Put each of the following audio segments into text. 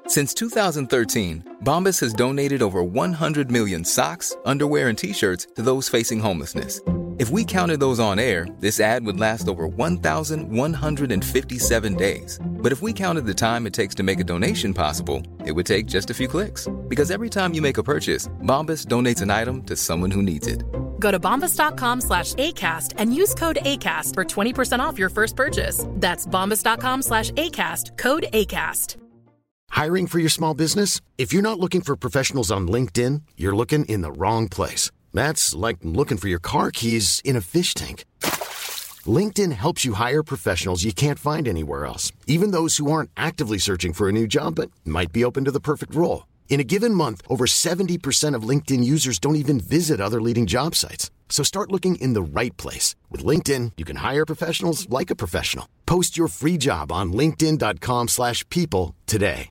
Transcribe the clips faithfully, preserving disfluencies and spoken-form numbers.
Since two thousand thirteen, Bombas has donated over one hundred million socks, underwear, and T-shirts to those facing homelessness. If we counted those on air, this ad would last over one thousand one hundred fifty-seven days. But if we counted the time it takes to make a donation possible, it would take just a few clicks. Because every time you make a purchase, Bombas donates an item to someone who needs it. Go to bombas.com slash ACAST and use code ACAST for twenty percent off your first purchase. That's bombas.com slash ACAST, code ACAST. Hiring for your small business? If you're not looking for professionals on LinkedIn, you're looking in the wrong place. That's like looking for your car keys in a fish tank. LinkedIn helps you hire professionals you can't find anywhere else, even those who aren't actively searching for a new job but might be open to the perfect role. In a given month, over seventy percent of LinkedIn users don't even visit other leading job sites. So start looking in the right place. With LinkedIn, you can hire professionals like a professional. Post your free job on linkedin.com slash people today.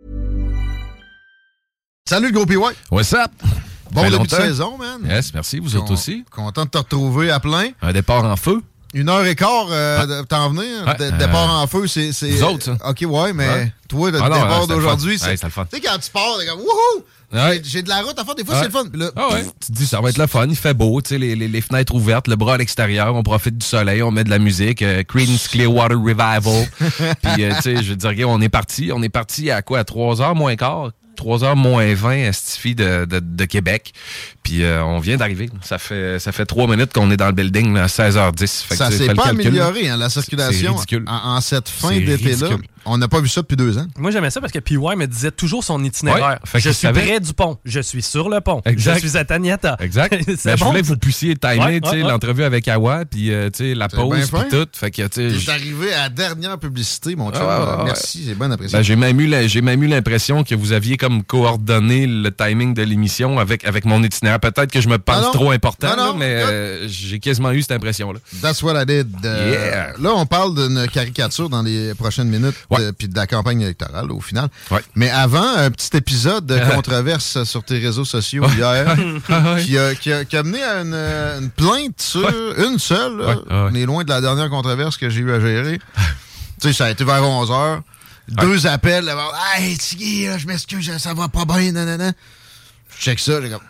Salut le gros P Y. What's up? Bon début longtemps. de saison, man. Yes, merci, vous Con- autres aussi. Content de te retrouver à plein. Un départ en feu. Une heure et quart, euh, ah. de t'en venir. Ouais, D- départ euh, en feu, c'est... c'est vous autres, ça. OK, ouais, mais ouais. toi, le ah non, départ ouais, d'aujourd'hui, c'est... Ouais, c'est le fun. Tu sais, quand tu pars, t'es comme « Wouhou! Ouais. J'ai, j'ai de la route à faire, des fois, ouais. c'est le fun. » Puis là, ah ouais. Tu te dis, ça va être le fun, il fait beau, tu sais, les, les, les fenêtres ouvertes, le bras à l'extérieur, on profite du soleil, on met de la musique, euh, Creedence Clearwater Revival. Puis, euh, tu sais, je veux dire, on est parti, on est parti à quoi, à trois heures moins quart? trois heures moins vingt à Stifie de, de, de Québec. Puis euh, on vient d'arriver. Ça fait ça fait trois minutes qu'on est dans le building là, à seize heures dix. Fait ça que, s'est pas amélioré, hein, la circulation c'est, c'est en, en cette fin d'été-là. On n'a pas vu ça depuis deux ans. Moi, j'aimais ça parce que P Y me disait toujours son itinéraire. Ouais, je suis savais. près du pont. Je suis sur le pont. Exact. Je suis à Taniata. Exact. c'est ben, bon, je voulais que vous puissiez timer ouais, ouais, ouais. l'entrevue avec Awa, puis euh, la c'est pause, puis tout. Fait que, t'es j... arrivé à la dernière publicité, mon chum. Ah, ouais, Merci, ouais. j'ai bien apprécié. Ben, j'ai, même eu la, j'ai même eu l'impression que vous aviez comme coordonné le timing de l'émission avec, avec mon itinéraire. Peut-être que je me pense non, non. trop important, non, non, là, mais euh, j'ai quasiment eu cette impression-là. That's what I did. Euh, yeah. Là, on parle d'une caricature dans les prochaines minutes, ouais. euh, puis de la campagne électorale, au final. Ouais. Mais avant, un petit épisode de controverse sur tes réseaux sociaux ouais. hier, ouais. qui, a, qui, a, qui a mené à une, une plainte sur ouais. une seule. Ouais. Ouais. On est loin de la dernière controverse que j'ai eu à gérer. Tu sais, ça a été vers onze heures. Deux ouais. appels. Là, hey, Tiggy, je m'excuse, ça va pas bien, nanana. Je check ça, j'ai comme...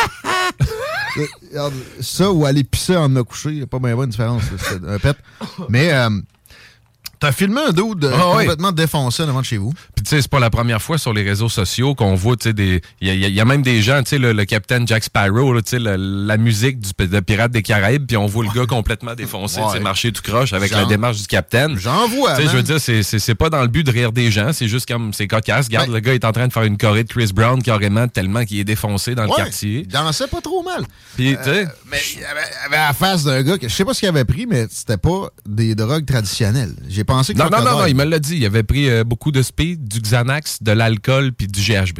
Regarde, ça ou aller pisser en a couché, il n'y a pas bien bonne différence. C'est un pet. Mais... Euh, T'as filmé un dude oh, complètement oui. défoncé devant de chez vous. Puis tu sais, c'est pas la première fois sur les réseaux sociaux qu'on voit, tu sais, des... Il y, y, y a même des gens, tu sais, le, le capitaine Jack Sparrow, tu sais, la musique du, de Pirates des Caraïbes, puis on voit le gars complètement défoncé, ouais. tu sais, marcher tout croche avec J'en... la démarche du capitaine. J'en vois, tu sais, je veux dire, c'est, c'est, c'est pas dans le but de rire des gens, c'est juste comme, c'est cocasse. Regarde, ben... le gars est en train de faire une choré de Chris Brown carrément, tellement qu'il est défoncé dans ouais, le quartier. Il dansait pas trop mal. Puis, tu sais... Euh, mais il avait, avait la face d'un gars que je sais pas ce qu'il avait pris, mais c'était pas des drogues traditionnelles. J'ai pensé que... Non, non, non, non, il me l'a dit. Il avait pris euh, beaucoup de speed, du Xanax, de l'alcool puis du G H B.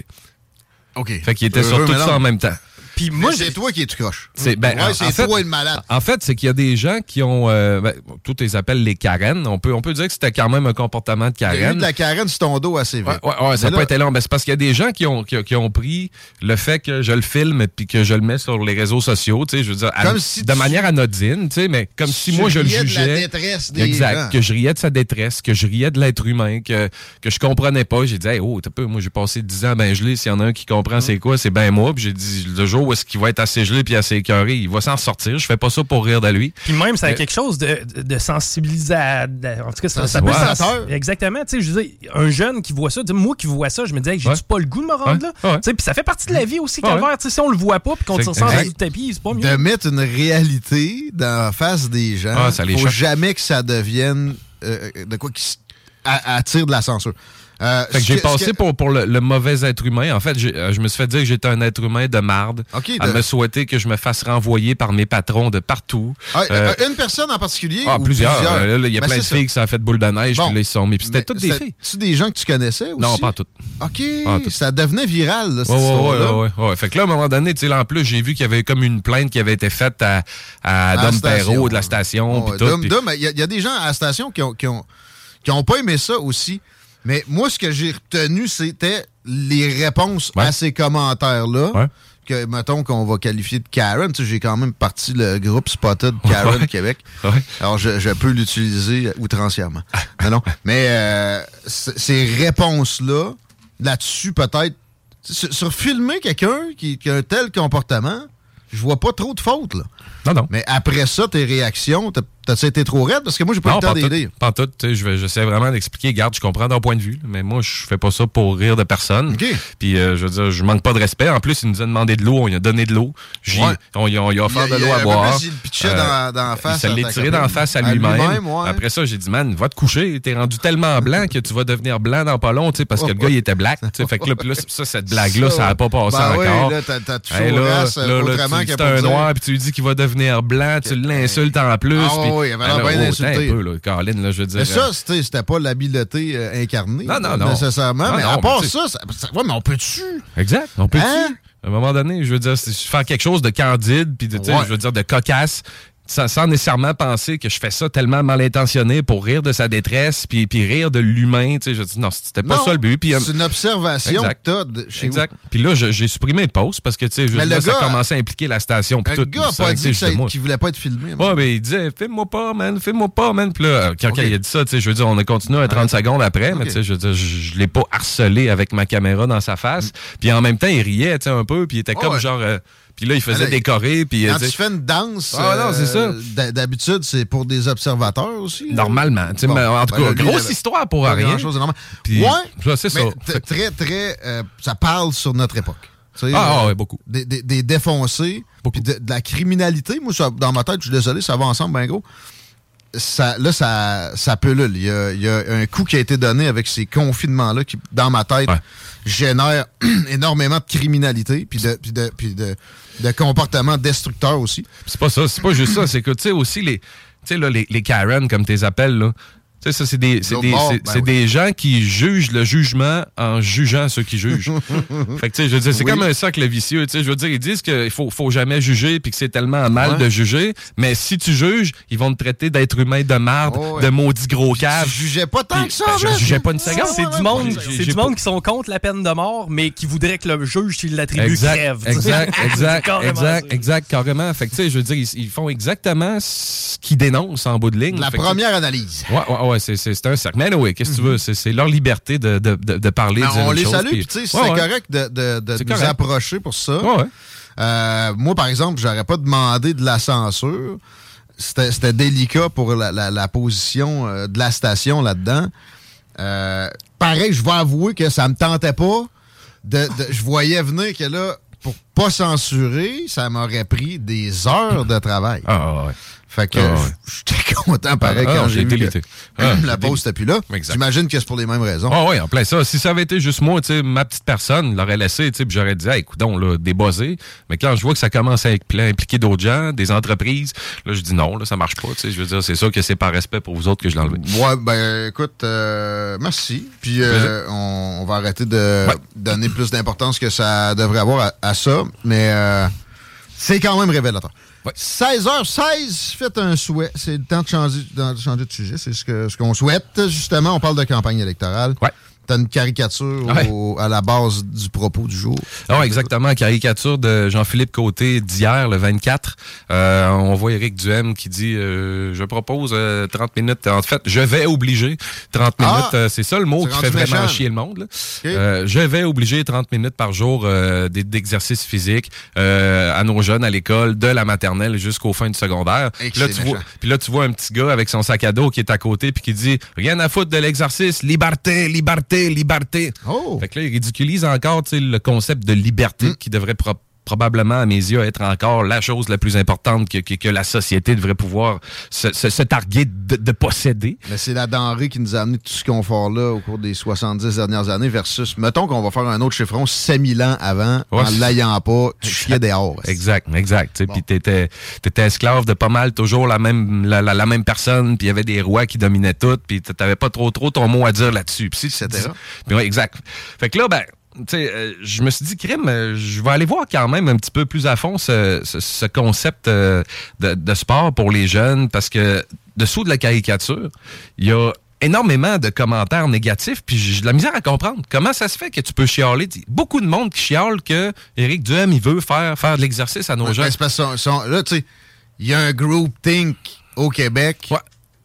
OK. Fait qu'il était euh, sur tout ça en même temps. Puis moi, c'est toi qui es tu croche. C'est, ben, ouais, c'est fait, toi le malade. En fait, c'est qu'il y a des gens qui ont... Euh, ben, tous les appellent les Karen. On peut, on peut dire que c'était quand même un comportement de Karen. Il y a eu de la Karen sur ton dos assez vite. Ouais, ouais, ouais ça n'a pas été long. Ben, c'est parce qu'il y a des gens qui ont, qui, qui ont pris le fait que je le filme puis que je le mets sur les réseaux sociaux, tu sais, je veux dire, à, si de tu... manière anodine, tu sais, mais comme si moi je le jugeais... de la détresse des exact, gens. Que je riais de sa détresse, que je riais de l'être humain, que, que je comprenais pas. J'ai dit, hey, oh, t'as peu, moi j'ai passé dix ans ben gelé. S'il y en a un qui comprend c'est quoi, c'est ben moi. Puis j'ai dit, le jour où est-ce qu'il va être assez gelé puis assez écœuré, il va s'en sortir. Je fais pas ça pour rire de lui. Puis même, ça a mais... quelque chose de, de, de sensibilisation. En tout cas, ça, ça peut sens... Exactement. Tu sais, je veux dire, un jeune qui voit ça, moi qui vois ça, je me dis, hey, j'ai-tu ouais. pas le goût de me rendre ouais. là? Ouais. Puis ça fait partie de la vie aussi, Calvaire. Ouais. Si on le voit pas puis qu'on se sent dans le tapis, c'est pas mieux. De mettre une réalité dans la face des gens, ah, ça les faut choque. Jamais que ça devienne euh, de quoi qui attire de la censure. Euh, fait que j'ai que, passé que... pour, pour le, le mauvais être humain. En fait, j'ai, je me suis fait dire que j'étais un être humain de marde. Okay, de... À me souhaiter que je me fasse renvoyer par mes patrons de partout. Ah, euh, une personne en particulier? Ah, ou plusieurs. plusieurs? Euh, là, il y a ben, plein de filles qui ça a fait boule de neige, bon, puis là, ils sont mis. Puis c'était toutes des filles. C'est des gens que tu connaissais aussi? Non, pas toutes. OK, pas toutes. Ça devenait viral, là, cette ouais, histoire-là. Ouais, ouais, ouais. Fait que là, à un moment donné, tu sais, en plus, j'ai vu qu'il y avait comme une plainte qui avait été faite à, à, à Dom Perrault de la station. Il oh, ouais, y, y a des gens à la station qui ont, qui ont, qui ont pas aimé ça aussi. Mais moi, ce que j'ai retenu, c'était les réponses ouais. à ces commentaires-là. Ouais. Que, mettons, qu'on va qualifier de Karen. Tu sais, j'ai quand même parti le groupe Spotted Karen ouais. Québec. Ouais. Alors, je, je peux l'utiliser outrancièrement. non, non. Mais euh, c- ces réponses-là là-dessus, peut-être. Sur, sur filmer quelqu'un qui, qui a un tel comportement, je vois pas trop de fautes, là. Non, non. Mais après ça, tes réactions, t'as, t'as été trop raide? Parce que moi, j'ai pas non, eu le temps d'aider. Pas tout. Je, j'essaie vraiment d'expliquer. Garde, je comprends ton point de vue, mais moi, je fais pas ça pour rire de personne. Okay. Puis, euh, je veux dire, je manque pas de respect. En plus, il nous a demandé de l'eau. On lui a donné de l'eau. J'y, ouais. on, il a, il a offert il, de l'eau il, à il, boire. Il le pitchait euh, dans, dans la face. Ça l'est tiré dans la face à lui-même. À lui-même ouais. Après ça, j'ai dit, man, va te coucher. T'es rendu tellement blanc que tu vas devenir blanc dans pas long, tu sais, parce que le gars, il était black. Fait que là, là, ça, cette blague-là, ça a pas passé ben encore. Oui, là, t'as, t'as toujours hey, là, race, là, autrement là, tu, c'est un noir, puis tu lui dis qu'il va devenir blanc, tu l'insultes en plus. Ah oui, il avait l'air bien insulté. Un peu, là, Caroline, là, je veux dire. Mais ça, c'était, c'était pas l'habileté euh, incarnée. Non, non, non. Nécessairement. Non, mais non, à part mais ça, ça, ça, ouais, mais on peut-tu? Exact. On peut-tu? Hein? À un moment donné, je veux dire, c'est faire quelque chose de candide, puis de, ouais. je veux dire, de cocasse. Sans, sans nécessairement penser que je fais ça tellement mal intentionné pour rire de sa détresse puis, puis rire de l'humain. Tu sais, je dis non, c'était pas non, ça le but. Puis, c'est une observation exact. que t'as de chez exact. vous. Puis là, je, j'ai supprimé le post parce que tu sais, là, gars, ça commençait à impliquer la station. Le tout, gars n'a pas dit qu'il qu voulait pas être filmé. Ouais, mais il disait, filme-moi pas, man, filme-moi pas, man. Puis là, quand okay. il a dit ça, tu sais, je veux dire, on a continué à trente secondes après, okay. mais tu sais, je veux dire, je, je l'ai pas harcelé avec ma caméra dans sa face. Mm. Puis en même temps, il riait, tu sais, un peu, puis il était oh, comme ouais. genre. Euh, Puis là, il faisait Alors, décorer. Puis, quand tu fais une danse, ah, non, c'est ça. Euh, d'habitude, c'est pour des observateurs aussi. Normalement. Bon, mais en tout ben, cas, grosse histoire pour rien. Grand-chose de Puis, ouais, ça, c'est mais ça. Très, très... Euh, ça parle sur notre époque. Ah, euh, ah ouais, beaucoup. Des, des, des défoncés, puis de, de la criminalité. Moi, ça, dans ma tête, je suis désolé, ça va ensemble, ben gros. Ça, là, ça, ça pullule. Il y, a, il y a un coup qui a été donné avec ces confinements-là qui, dans ma tête, ouais. génère énormément de criminalité puis de, puis de, puis de, de comportements destructeurs aussi. C'est pas ça, c'est pas juste ça. C'est que, tu sais, aussi, les, tu sais, là, les, les Karen, comme tu les appelles, là, tu sais, ça, c'est des, c'est, des, c'est, ben c'est oui. des gens qui jugent le jugement en jugeant ceux qui jugent. Fait que, tu sais, je veux dire, c'est oui. comme un cercle vicieux. Tu sais, je veux dire, ils disent qu'il faut, faut jamais juger puis que c'est tellement mal ouais. de juger. Mais si tu juges, ils vont te traiter d'être humain de marde, oh, ouais. de maudit gros cave. Je jugeais pas tant puis, que ça, ben, Je jugeais pas une seconde. C'est du monde, j'ai, c'est j'ai du pas... monde qui sont contre la peine de mort, mais qui voudraient que le juge, s'il l'attribue, exact, crève. Exact, exact, exact, exact, carrément. Fait que, tu sais, je veux dire, ils, ils font exactement ce qu'ils dénoncent en bout de ligne. La fait première que, analyse. Ouais, ouais, ouais, c'est, c'est, c'est un cercle. Mais oui, qu'est-ce que tu veux? C'est, c'est leur liberté de, de, de, de parler. Ben, on les chose, salue, puis tu sais, c'est ouais, correct de, de, de nous correct. approcher pour ça. Ouais, ouais. Euh, moi, par exemple, j'aurais pas demandé de la censure. C'était, c'était délicat pour la, la, la position euh, de la station là-dedans. Euh, pareil, je vais avouer que ça me tentait pas. De, de, je voyais venir que là, pour pas censurer, ça m'aurait pris des heures de travail. Ah ouais. Fait que ah, ouais. j'étais content pareil ah, quand ah, j'ai vu que ah, la pause n'était plus là. Exact. J'imagine que c'est pour les mêmes raisons. Ah oui, en plein ça. Si ça avait été juste moi, tu sais, ma petite personne, l'aurait laissé, tu sais, puis j'aurais dit, hey, coudonc, là, débossé. Mais quand je vois que ça commence à impliquer d'autres gens, des entreprises, là, je dis non, là, ça marche pas, tu sais. Je veux dire, c'est sûr que c'est par respect pour vous autres que je l'ai enlevé. Ouais, ben, écoute, euh, merci. Puis euh, on, on va arrêter de ouais. donner plus d'importance que ça devrait avoir à, à ça. Mais euh, c'est quand même révélateur. Ouais. seize heures seize, faites un souhait. C'est le temps de changer, de changer de sujet. C'est ce, que, ce qu'on souhaite. Justement, on parle de campagne électorale. Ouais. T'as une caricature ouais. au, à la base du propos du jour. Ah, exactement. Caricature de Jean-Philippe Côté d'hier, le vingt-quatre. Euh, on voit Éric Duhaime qui dit euh, je propose euh, trente minutes. En fait, je vais obliger trente minutes. Ah, euh, c'est ça le mot qui fait vraiment méchant. Chier le monde. Là. Okay. Euh, je vais obliger trente minutes par jour euh, d'exercice physique euh, à nos jeunes à l'école, de la maternelle jusqu'aux fins du secondaire. Puis là, tu vois, puis là, tu vois un petit gars avec son sac à dos qui est à côté puis qui dit rien à foutre de l'exercice, liberté, liberté. Liberté. Oh. Fait que là, il ridiculise encore le concept de liberté mm. qui devrait pro- probablement, à mes yeux, être encore la chose la plus importante que, que, que la société devrait pouvoir se, se, se targuer de, de posséder. Mais c'est la denrée qui nous a amené tout ce confort-là au cours des soixante-dix dernières années versus, mettons qu'on va faire un autre chiffron sept mille ans avant, ouais, en l'ayant pas, tu chiais dehors. Exact, exact. Bon. Puis t'étais, t'étais esclave de pas mal, toujours la même, la, la, la même personne, puis il y avait des rois qui dominaient tout, puis t'avais pas trop trop ton mot à dire là-dessus. Puis si, c'était ça. Puis ouais, exact. Fait que là, ben, tu sais, euh, je me suis dit, crime, euh, je vais aller voir quand même un petit peu plus à fond ce, ce, ce concept euh, de, de sport pour les jeunes, parce que dessous de la caricature, il y a énormément de commentaires négatifs, puis j'ai de la misère à comprendre. Comment ça se fait que tu peux chialer? Beaucoup de monde qui chiale que Éric Duhaime, il veut faire, faire de l'exercice à nos ouais, jeunes. Ben, c'est parce que son, son, là, tu sais, il y a un group think au Québec. Ouais.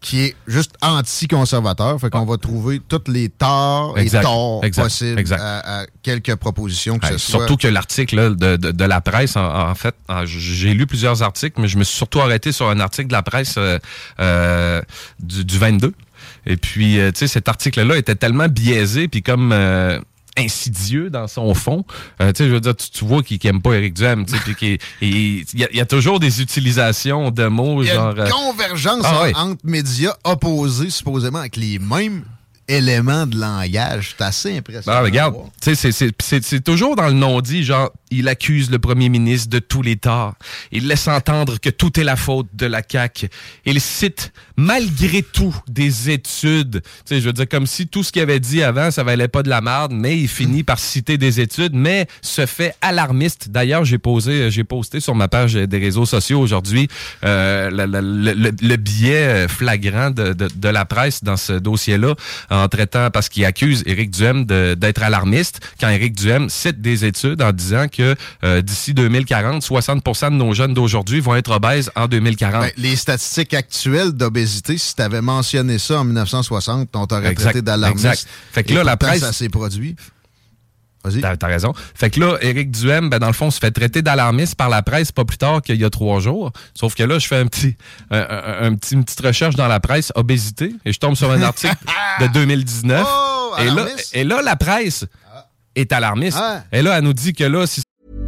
qui est juste anti-conservateur. Fait qu'on va trouver tous les torts exact, et torts exact, possibles exact. À, à quelques propositions que ouais, ce soit. Surtout que l'article là, de, de, de la presse, en, en fait, en, j'ai lu plusieurs articles, mais je me suis surtout arrêté sur un article de la presse euh, euh, du, du vingt-deux. Et puis, euh, tu sais, cet article-là était tellement biaisé, puis comme... Euh, insidieux dans son fond. Euh, tu sais, je veux dire, tu, tu vois qu'il n'aime pas Éric Duhem, tu sais, puis qu'il il y, a, il y a toujours des utilisations de mots genre... Il y a une convergence euh, ah, ouais. entre médias opposés, supposément, avec les mêmes éléments de langage. C'est assez impressionnant. Ah, regarde, tu sais, c'est, c'est, c'est, c'est toujours dans le non-dit, genre, il accuse le premier ministre de tous les torts. Il laisse entendre que tout est la faute de la C A Q. Il cite, malgré tout, des études. Tu sais, je veux dire, comme si tout ce qu'il avait dit avant, ça valait pas de la merde, mais il finit par citer des études, mais se fait alarmiste. D'ailleurs, j'ai posé, j'ai posté sur ma page des réseaux sociaux aujourd'hui euh, le, le, le, le biais flagrant de, de, de la presse dans ce dossier-là, en traitant, parce qu'il accuse Éric Duhem de, d'être alarmiste, quand Éric Duhem cite des études en disant que euh, d'ici deux mille quarante, soixante pour cent de nos jeunes d'aujourd'hui vont être obèses en deux mille quarante. Ben, les statistiques actuelles d'obésité, si tu avais mentionné ça en dix-neuf cent soixante, on t'aurait exact, traité d'alarmiste. Exact. Fait que là, la presse... ça s'est produit. Vas-y. T'as, t'as raison. Fait que là, Éric Duhem, ben, dans le fond, se fait traiter d'alarmiste par la presse pas plus tard qu'il y a trois jours. Sauf que là, je fais un petit, un, un, un petit, une petite recherche dans la presse, obésité, et je tombe sur un article de deux mille dix-neuf. Oh, et, là, et là, la presse ah. est alarmiste. Ah. Et là, elle nous dit que là, si...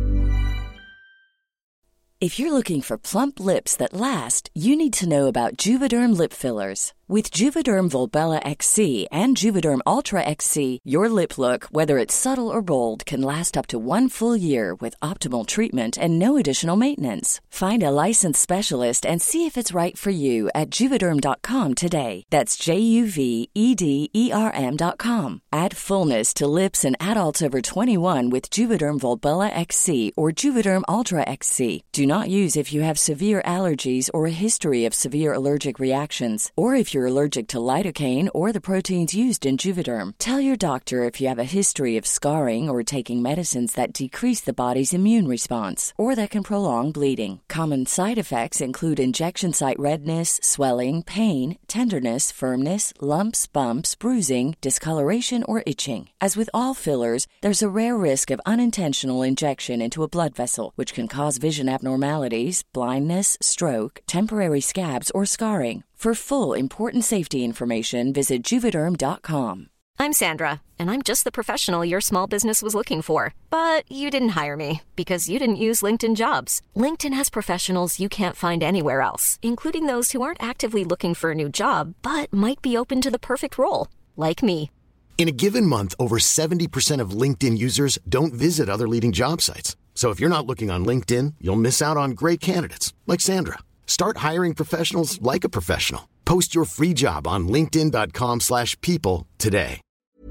If you're looking for plump lips that last, you need to know about Juvederm lip fillers. With Juvederm Volbella X C and Juvederm Ultra X C, your lip look, whether it's subtle or bold, can last up to one full year with optimal treatment and no additional maintenance. Find a licensed specialist and see if it's right for you at Juvederm dot com today. That's J U V E D E R M dot com. Add fullness to lips in adults over twenty-one with Juvederm Volbella X C or Juvederm Ultra X C. Do not use if you have severe allergies or a history of severe allergic reactions, or if you're allergic to lidocaine or the proteins used in Juvederm. Tell your doctor if you have a history of scarring or taking medicines that decrease the body's immune response or that can prolong bleeding. Common side effects include injection site redness, swelling, pain, tenderness, firmness, lumps, bumps, bruising, discoloration, or itching. As with all fillers, there's a rare risk of unintentional injection into a blood vessel, which can cause vision abnormalities, blindness, stroke, temporary scabs, or scarring. For full, important safety information, visit Juvederm dot com. I'm Sandra, and I'm just the professional your small business was looking for. But you didn't hire me, because you didn't use LinkedIn Jobs. LinkedIn has professionals you can't find anywhere else, including those who aren't actively looking for a new job, but might be open to the perfect role, like me. In a given month, over seventy percent of LinkedIn users don't visit other leading job sites. So if you're not looking on LinkedIn, you'll miss out on great candidates, like Sandra. Start hiring professionals like a professional. Post your free job on linkedin dot com slash people today.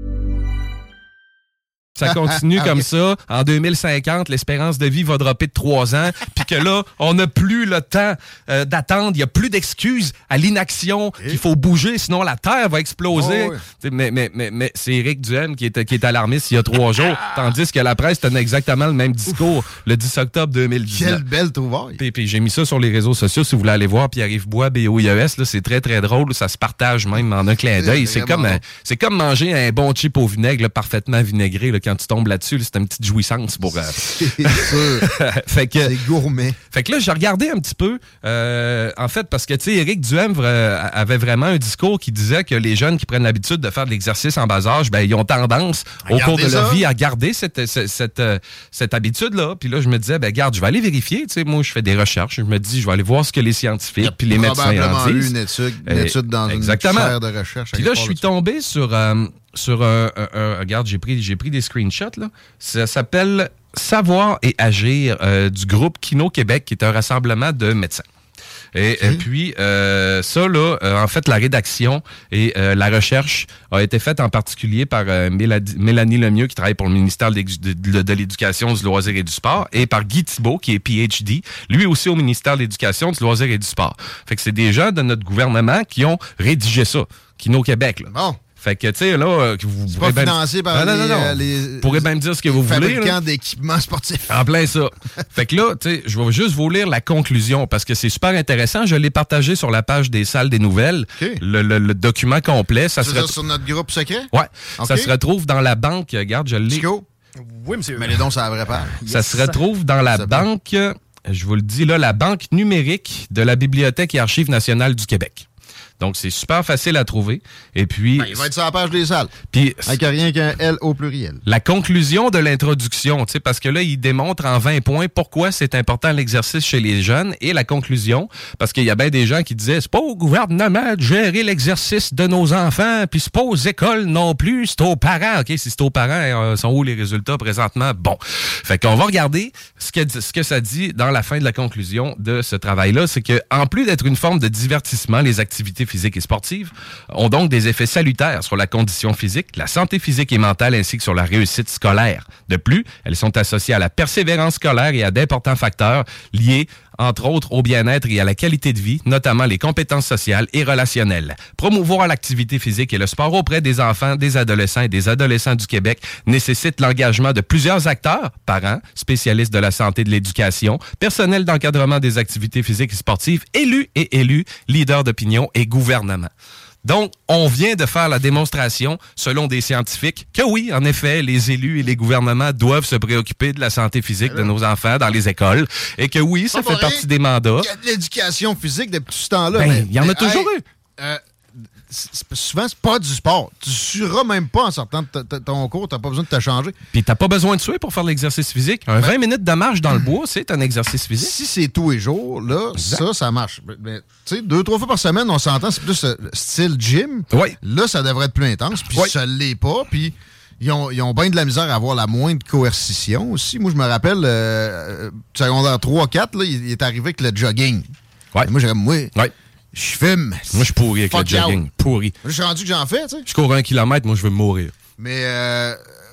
Ça continue comme ça. En deux mille cinquante, l'espérance de vie va dropper de trois ans. Puis que là, on n'a plus le temps euh, d'attendre. Il n'y a plus d'excuses à l'inaction. Il faut bouger, sinon la Terre va exploser. Oh, oui. mais, mais, mais, mais c'est Éric Duhem qui est, qui est alarmiste il y a trois jours. Tandis que la presse tenait exactement le même discours Ouf. le dix octobre deux mille dix-neuf. Quelle belle trouvaille. Puis, puis j'ai mis ça sur les réseaux sociaux. Si vous voulez aller voir Pierre-Yves Bois, B O I E S, là, c'est très, très drôle. Ça se partage même en un clin d'œil. C'est, c'est, comme, euh, c'est comme manger un bon chip au vinaigre, là, parfaitement vinaigré. Là, quand tu tombes là-dessus, là, c'est une petite jouissance pour... Euh... C'est sûr. fait que, c'est gourmet. Fait que là, j'ai regardé un petit peu, euh, en fait, parce que, tu sais, Éric Duhem euh, avait vraiment un discours qui disait que les jeunes qui prennent l'habitude de faire de l'exercice en bas âge, ben, ils ont tendance, à au cours de ça. leur vie, à garder cette, cette, cette, euh, cette habitude-là. Puis là, je me disais, ben, garde, je vais aller vérifier. Tu sais, moi, je fais des recherches. Je me dis, je vais aller voir ce que les scientifiques puis les médecins en disent. Probablement eu une étude, une étude dans Exactement. une chaire de recherche. Puis là, je suis tombé sur... Euh, sur un, un, un... Regarde, j'ai pris, j'ai pris des screenshots, là. Ça s'appelle « Savoir et agir euh, » du groupe Kino Québec, qui est un rassemblement de médecins. Et, et puis, euh, ça, là, euh, en fait, la rédaction et euh, la recherche a été faite en particulier par euh, Mélanie, Mélanie Lemieux, qui travaille pour le ministère de, de, de l'Éducation, du loisir et du sport, et par Guy Thibault, qui est P H D, lui aussi au ministère de l'Éducation, du loisir et du sport. Fait que c'est des gens de notre gouvernement qui ont rédigé ça. Kino Québec, là. Bon. Fait que, tu sais, là, vous c'est pas financé par non, les, non, non, non. les... Vous pourrez même dire ce que vous voulez. Fabricants d'équipements sportifs. En plein ça. Fait que là, tu sais, je vais juste vous lire la conclusion parce que c'est super intéressant. Je l'ai partagé sur la page des salles des nouvelles. Okay. Le, le, le document complet. Ça c'est se ret... sur notre groupe secret? Ouais. Okay. Ça se retrouve dans la banque. Regarde, je l'ai. Chico? Oui, monsieur. Mais les dons, ça la vraie page. Ça yes. se retrouve dans la banque, je vous le dis là, la banque numérique de la Bibliothèque et Archives nationales du Québec. Donc, c'est super facile à trouver. Et puis... Ben, il va être sur la page des salles. Puis, avec rien qu'un L au pluriel. La conclusion de l'introduction, tu sais, parce que là, il démontre en vingt points pourquoi c'est important l'exercice chez les jeunes. Et la conclusion, parce qu'il y a bien des gens qui disaient, c'est pas au gouvernement de gérer l'exercice de nos enfants, puis c'est pas aux écoles non plus, c'est aux parents. OK, si c'est aux parents, euh, sont où les résultats présentement? Bon. Fait qu'on va regarder ce que, ce que ça dit dans la fin de la conclusion de ce travail-là. C'est que, en plus d'être une forme de divertissement, les activités physiques et sportives ont donc des effets salutaires sur la condition physique, la santé physique et mentale ainsi que sur la réussite scolaire. De plus, elles sont associées à la persévérance scolaire et à d'importants facteurs liés entre autres au bien-être et à la qualité de vie, notamment les compétences sociales et relationnelles. Promouvoir l'activité physique et le sport auprès des enfants, des adolescents et des adolescents du Québec nécessite l'engagement de plusieurs acteurs, parents, spécialistes de la santé et de l'éducation, personnel d'encadrement des activités physiques et sportives, élus et élus, leaders d'opinion et gouvernement. Donc, on vient de faire la démonstration, selon des scientifiques, que oui, en effet, les élus et les gouvernements doivent se préoccuper de la santé physique de nos enfants dans les écoles et que oui, ça fait partie des mandats. Il y a de l'éducation physique depuis tout ce temps-là. Ben, il y en a toujours hey, eu. Euh, c'est, souvent, c'est pas du sport. Tu sueras même pas en sortant de t- t- ton cours. T'as pas besoin de te changer. Puis t'as pas besoin de suer pour faire de l'exercice physique. Un ben, vingt minutes de marche dans le bois, c'est un exercice physique. Si c'est tous les jours, là, exact. ça, ça marche. Tu sais, deux, trois fois par semaine, on s'entend, c'est plus euh, style gym. Oui. Là, ça devrait être plus intense. Puis oui. ça l'est pas. Puis ils ont, ils ont bien de la misère à avoir la moindre coercition aussi. Moi, je me rappelle, euh, secondaire trois quatre, là, il est arrivé avec le jogging. Ouais. Moi, j'aime, moi. Ouais. Je fume. Moi, je suis pourri avec le jogging. Out. Pourri. Je suis rendu que j'en fais, tu sais. Je cours un kilomètre, moi, je veux mourir. Mais euh,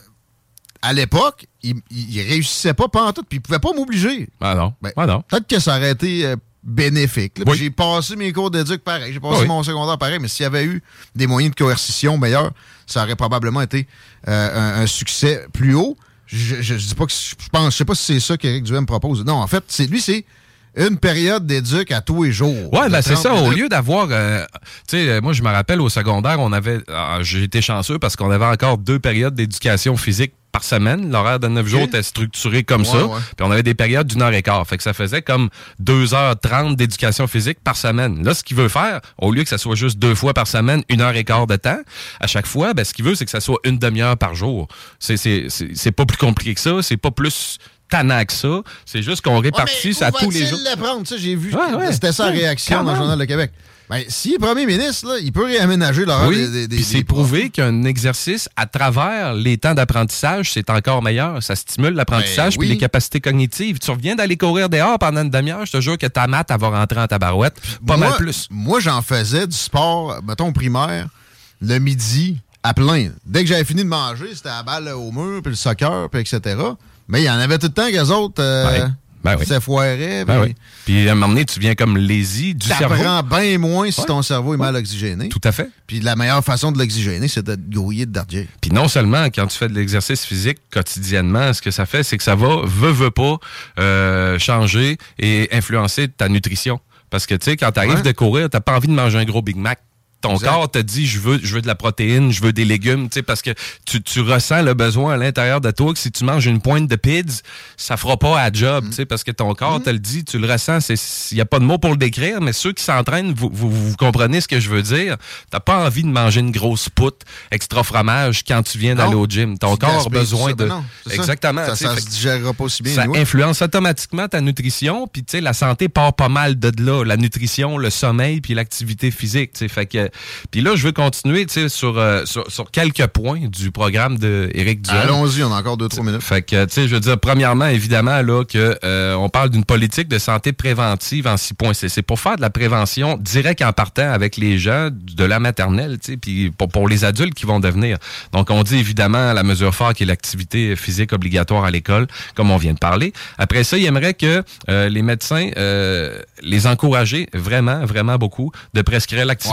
à l'époque, il, il réussissait pas pantoute, puis il pouvait pas m'obliger. Ah non. Ben, ah non. Peut-être que ça aurait été euh, bénéfique. Là, oui. J'ai passé mes cours d'éduc pareil. J'ai passé oui. mon secondaire pareil, mais s'il y avait eu des moyens de coercition meilleurs, ça aurait probablement été euh, un, un succès plus haut. Je, je, je dis pas que je pense, je sais pas si c'est ça qu'Éric Duhem propose. Non, en fait, c'est lui, c'est une période d'éduc à tous les jours. Ouais, ben c'est ça. Au lieu d'avoir... Euh, tu sais, moi, je me rappelle, au secondaire, on avait... Euh, j'ai été chanceux parce qu'on avait encore deux périodes d'éducation physique par semaine. L'horaire de neuf okay. jours était structuré comme ouais, ça. Ouais. Puis on avait des périodes d'une heure et quart. Fait que ça faisait comme deux heures trente d'éducation physique par semaine. Là, ce qu'il veut faire, au lieu que ça soit juste deux fois par semaine, une heure et quart de temps, à chaque fois, ben, ce qu'il veut, c'est que ça soit une demi-heure par jour. C'est, c'est, c'est, c'est pas plus compliqué que ça. C'est pas plus... tannant que ça. C'est juste qu'on répartit ça ouais, à tous les jours. L'apprendre, ça, j'ai vu. Ouais, ouais. C'était sa ouais, réaction dans le Journal de Québec. Ben, s'il est premier ministre, là, il peut réaménager l'horaire oui, des, des, des puis c'est prouvé qu'un exercice à travers les temps d'apprentissage, c'est encore meilleur. Ça stimule l'apprentissage puis ben, oui. les capacités cognitives. Tu reviens d'aller courir dehors pendant une demi-heure, je te jure que ta maths, elle va rentrer en tabarouette. Pas moi, mal plus. Moi, j'en faisais du sport, mettons, primaire, le midi, à plein. Dès que j'avais fini de manger, c'était la balle au mur, puis le soccer, puis et cetera. Mais il y en avait tout le temps qu'eux autres euh, ouais. ben oui. s'effoiraient. Ben oui. Puis à un moment donné, tu viens comme lazy du cerveau. T'apprends bien moins si ouais. ton cerveau est ouais. mal oxygéné. Tout à fait. Puis la meilleure façon de l'oxygéner, c'est de te grouiller de dardier. Puis non seulement, quand tu fais de l'exercice physique quotidiennement, ce que ça fait, c'est que ça va, veut, veut pas, euh, changer et influencer ta nutrition. Parce que, tu sais, quand t'arrives ouais. de courir, t'as pas envie de manger un gros Big Mac. Ton exact. corps te dit, je veux, je veux de la protéine, je veux des légumes, tu sais, parce que tu, tu ressens le besoin à l'intérieur de toi que si tu manges une pointe de pids, ça fera pas à job, mm. tu sais, parce que ton corps mm. te le dit, tu le ressens. Il n'y a pas de mots pour le décrire, mais ceux qui s'entraînent, vous, vous, vous comprenez ce que je veux dire. T'as pas envie de manger une grosse poutre extra fromage quand tu viens d'aller au gym. Ton tu corps a besoin de... Non, exactement. Ça, ça, ça se digérera pas aussi bien. Ça ouais. influence automatiquement ta nutrition, puis tu sais, la santé part pas mal de là. La nutrition, le sommeil, puis l'activité physique, tu sais, fait que... Puis là, je veux continuer sur, euh, sur, sur quelques points du programme d'Éric Duhem. Allons-y, on a encore deux, trois minutes. Fait que, tu sais, je veux dire, premièrement, évidemment, là, que euh, on parle d'une politique de santé préventive en six points. C'est, c'est pour faire de la prévention directe en partant avec les gens de la maternelle, tu sais, puis pour, pour les adultes qui vont devenir. Donc, on dit évidemment la mesure phare qui est l'activité physique obligatoire à l'école, comme on vient de parler. Après ça, il aimerait que euh, les médecins euh, les encourager vraiment, vraiment beaucoup de prescrire l'activité ouais.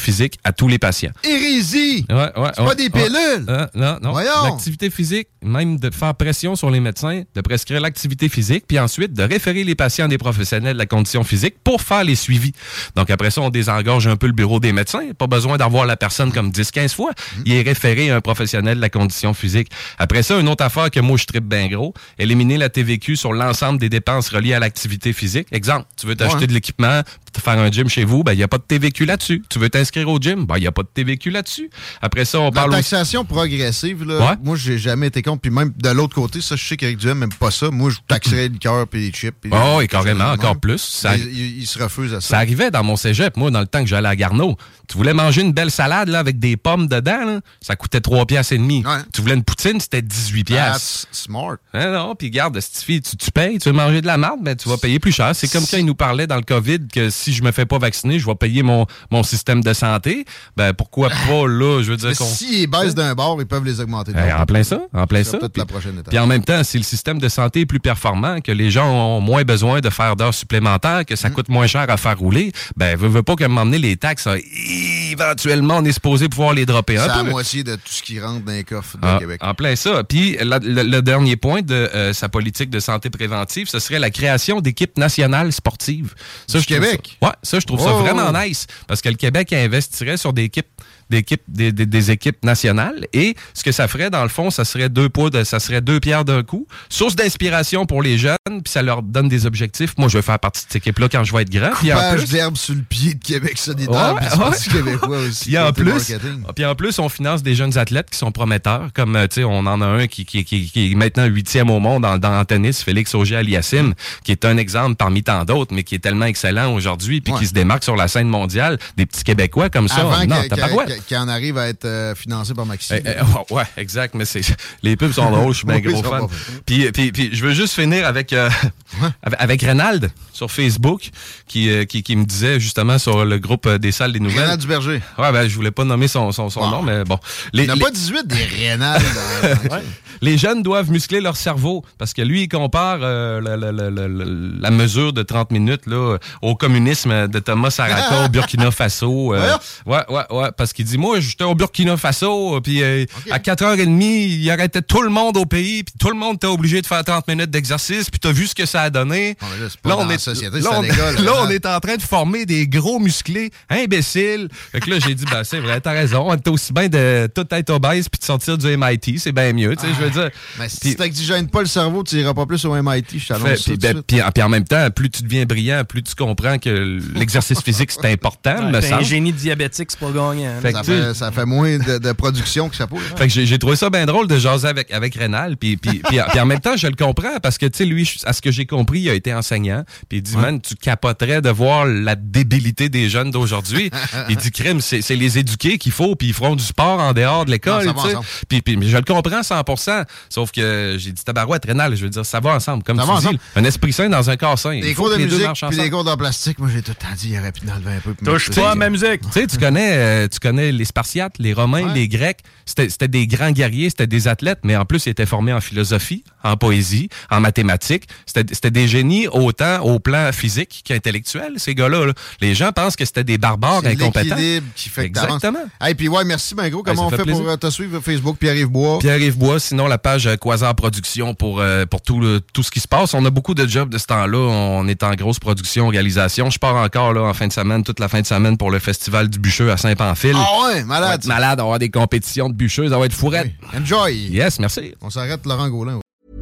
physique à tous les patients. Hérésie! Ouais, ouais, c'est ouais, pas des pilules! Ouais, euh, non, non. Voyons. L'activité physique, même de faire pression sur les médecins, de prescrire l'activité physique, puis ensuite de référer les patients à des professionnels de la condition physique pour faire les suivis. Donc après ça, on désengorge un peu le bureau des médecins. Pas besoin d'avoir la personne comme dix quinze fois. Mmh. Il est référé à un professionnel de la condition physique. Après ça, une autre affaire que moi, je trippe bien gros, éliminer la T V Q sur l'ensemble des dépenses reliées à l'activité physique. Exemple, tu veux t'acheter ouais. de l'équipement, te faire un gym chez vous, ben il n'y a pas de T V Q là-dessus. Tu veux t'inscrire au gym, ben il n'y a pas de T V Q là-dessus. Après ça, on la parle... La taxation aussi... progressive, là, ouais. moi, j'ai jamais été contre. Puis même de l'autre côté, ça, je sais qu'Éric Duhem n'aime pas ça. Moi, je taxerais le cœur puis les chips. Oh, et carrément, encore plus. Ça... Il, il, il se refuse à ça. Ça arrivait dans mon cégep, moi, dans le temps que j'allais à Garneau. Tu voulais manger une belle salade là, avec des pommes dedans, là, ça coûtait trois piastres et demi. Ouais. Tu voulais une poutine, c'était dix-huit piastres. That's smart. Hein, non, puis garde, cette fille, tu, tu payes, tu veux manger de la marde, ben, tu vas payer plus cher. C'est comme quand ils nous parlaient dans le COVID que si je me fais pas vacciner, je vais payer mon, mon système de santé. Ben, pourquoi pas, là, je veux dire mais qu'on... S'ils baissent d'un bord, ils peuvent les augmenter. Eh, en plein ça, en plein ça. Peut-être puis, la prochaine étape. Puis en même temps, si le système de santé est plus performant, que les gens ont moins besoin de faire d'heures supplémentaires, que ça mmh. coûte moins cher à faire rouler, ben, veux, veux pas que m'emmener les taxes, ça, éventuellement, on est supposé pouvoir les dropper un peu. C'est la moitié de tout ce qui rentre dans les coffres de ah, Québec. En plein ça. Puis la, le, le dernier point de euh, sa politique de santé préventive, ce serait la création d'équipes nationales sportives. Ça, du Québec? Ça, ouais, ça, je trouve oh. ça vraiment nice. Parce que le Québec investirait sur des équipes d'équipes, des, des, des équipes nationales. Et ce que ça ferait, dans le fond, ça serait deux poids, de, ça serait deux pierres d'un coup. Source d'inspiration pour les jeunes, puis ça leur donne des objectifs. Moi, je vais faire partie de cette équipe-là quand je vais être grand. Puis en plus, d'herbe sur le pied de Québec solidaire, ouais, puis c'est ouais. parti québécois aussi. Puis en plus, puis en plus, on finance des jeunes athlètes qui sont prometteurs, comme tu sais, on en a un qui, qui, qui, qui est maintenant huitième au monde dans, dans le tennis, Félix Auger-Aliassime, qui est un exemple parmi tant d'autres, mais qui est tellement excellent aujourd'hui, puis ouais. qui se démarque sur la scène mondiale. Des petits Québécois comme ça. Avant non, t'as pas ouais. Qui en arrive à être euh, financé par Maxime. Eh, eh, ouais, exact, mais c'est les pubs sont drôles, je suis bien oui, gros fan. Puis, puis, puis je veux juste finir avec euh, ouais. avec Reynald sur Facebook qui, euh, qui qui me disait justement sur le groupe des salles des nouvelles. Reynald Duberger. Ouais, ben je voulais pas nommer son son, son bon. nom, mais bon. Les, Il n'y en a les... pas dix-huit des Reynald. dans... ouais. Les jeunes doivent muscler leur cerveau parce que lui il compare euh, la, la, la, la, la mesure de trente minutes là au communisme de Thomas Saraka au Burkina Faso. Euh, ouais, ouais, ouais, parce qu'il dit moi j'étais au Burkina Faso puis euh, okay. à quatre heures trente, il arrêtait tout le monde au pays puis tout le monde était obligé de faire trente minutes d'exercice puis t'as vu ce que ça a donné. Oh, là, là on est société, là, on, l'école, là, là on est en train de former des gros musclés imbéciles. Fait que là j'ai dit ben c'est vrai, t'as raison, on était aussi bien de tout être obèse puis de sortir du M I T, c'est bien mieux, tu sais, ah. je veux dire. Mais si tu t'oxygènes pas le cerveau, tu iras pas plus au M I T, je t'annonce ça. Puis ben, en même temps, plus tu deviens brillant, plus tu comprends que l'exercice physique c'est important. Ouais, me un génie diabétique, c'est pas gagnant. Fait ça, fait, ça fait moins de, de production que ça peut. Hein. Fait que j'ai, j'ai trouvé ça bien drôle de jaser avec, avec Rénal. Puis, puis, puis, puis en même temps, je le comprends parce que, tu sais, lui, à ce que j'ai compris, il a été enseignant. Puis il dit, ouais. man, tu capoterais de voir la débilité des jeunes d'aujourd'hui. Il dit, crime, c'est, c'est les éduquer qu'il faut, puis ils feront du sport en dehors de l'école. Non, puis, puis je le comprends cent pour cent. Sauf que j'ai dit, tabarouette, Rénal, je veux dire, ça va ensemble. Comme ça tu dis, ensemble. Un esprit sain dans un corps sain. Des cours de musique, puis des cours d'art plastique, moi, j'ai tout le temps dit, il aurait pu enlever un peu. Touche pas à ma musique. Tu sais, tu connais, euh, tu connais les Spartiates, les Romains, ouais. les Grecs. C'était, c'était des grands guerriers, c'était des athlètes, mais en plus, ils étaient formés en philosophie, en poésie, en mathématiques. C'était, c'était des génies autant au plan physique qu'intellectuel, ces gars-là. Là. Les gens pensent que c'était des barbares c'est incompétents. L'équilibre qui fait que exactement. Et hey, puis ouais, merci, ben gros. Comment hey, on fait, fait pour te suivre Facebook, Pierre-Yves Bois? Pierre-Yves Bois, sinon la page Quasar Production pour, euh, pour tout, le, tout ce qui se passe. On a beaucoup de jobs de ce temps-là. On est en grosse production, réalisation. Je pars encore là en fin de semaine, toute la fin de semaine pour le Festival du Bûcheux à Saint-Pamphile. Ah ouais, malade. On va être malade, on va avoir des compétitions de bûcheux, ça va être fourrette. Oui. Enjoy. Yes, merci. On s'arrête, Laurent Gaulin.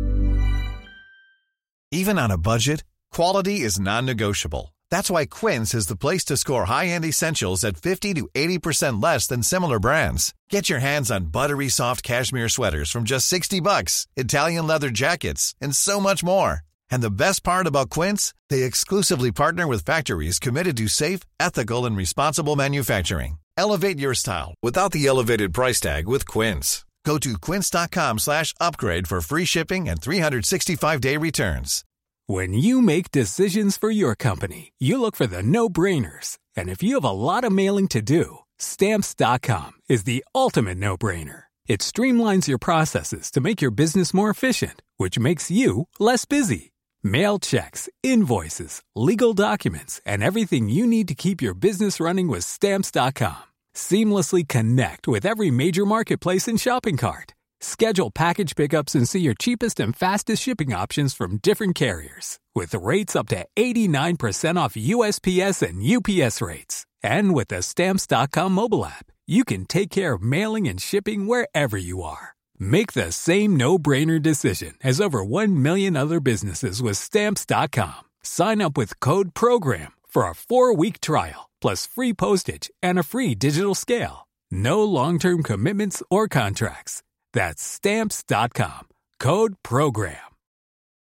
Even on a budget, quality is non-negotiable. That's why Quince is the place to score high-end essentials at fifty to eighty percent less than similar brands. Get your hands on buttery soft cashmere sweaters from just sixty bucks, Italian leather jackets, and so much more. And the best part about Quince, they exclusively partner with factories committed to safe, ethical, and responsible manufacturing. Elevate your style without the elevated price tag with Quince. Go to quince.com slash upgrade for free shipping and three sixty-five day returns. When you make decisions for your company, you look for the no-brainers. And if you have a lot of mailing to do, Stamps dot com is the ultimate no-brainer. It streamlines your processes to make your business more efficient, which makes you less busy. Mail checks, invoices, legal documents, and everything you need to keep your business running with Stamps dot com. Seamlessly connect with every major marketplace and shopping cart. Schedule package pickups and see your cheapest and fastest shipping options from different carriers. With rates up to eighty-nine percent off U S P S and U P S rates. And with the Stamps dot com mobile app, you can take care of mailing and shipping wherever you are. Make the same no-brainer decision as over one million other businesses with Stamps dot com. Sign up with code PROGRAM for a four-week trial, plus free postage and a free digital scale. No long-term commitments or contracts. That's Stamps dot com. Code PROGRAM.